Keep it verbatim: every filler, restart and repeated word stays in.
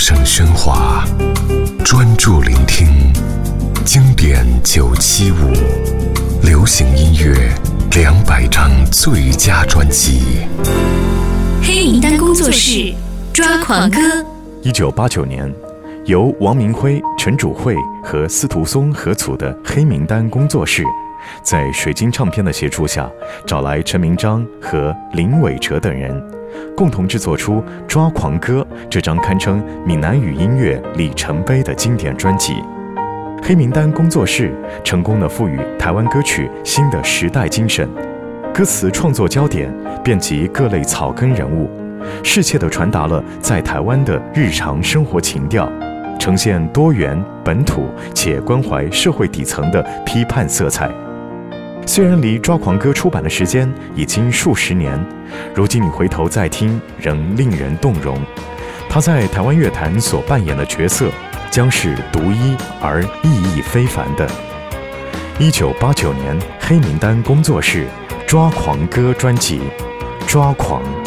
声喧哗，专注聆听经典九七五，流行音乐两百张最佳专辑。 黑名单工作室抓狂歌。 一九八九年，由王明辉、陈主慧和司徒松合组的黑名单工作室，在水晶唱片的协助下，找来陈明章和林伟哲等人，共同制作出《抓狂歌》这张堪称闽南语音乐里程碑的经典专辑。黑名单工作室成功地赋予台湾歌曲新的时代精神，歌词创作焦点遍及各类草根人物，适切地传达了在台湾的日常生活情调，呈现多元本土且关怀社会底层的批判色彩。虽然离《抓狂歌》出版的时间已经数十年，如今你回头再听，仍令人动容。他在台湾乐坛所扮演的角色，将是独一而意义非凡的。一九八九年，黑名单工作室《抓狂歌》专辑，《抓狂》。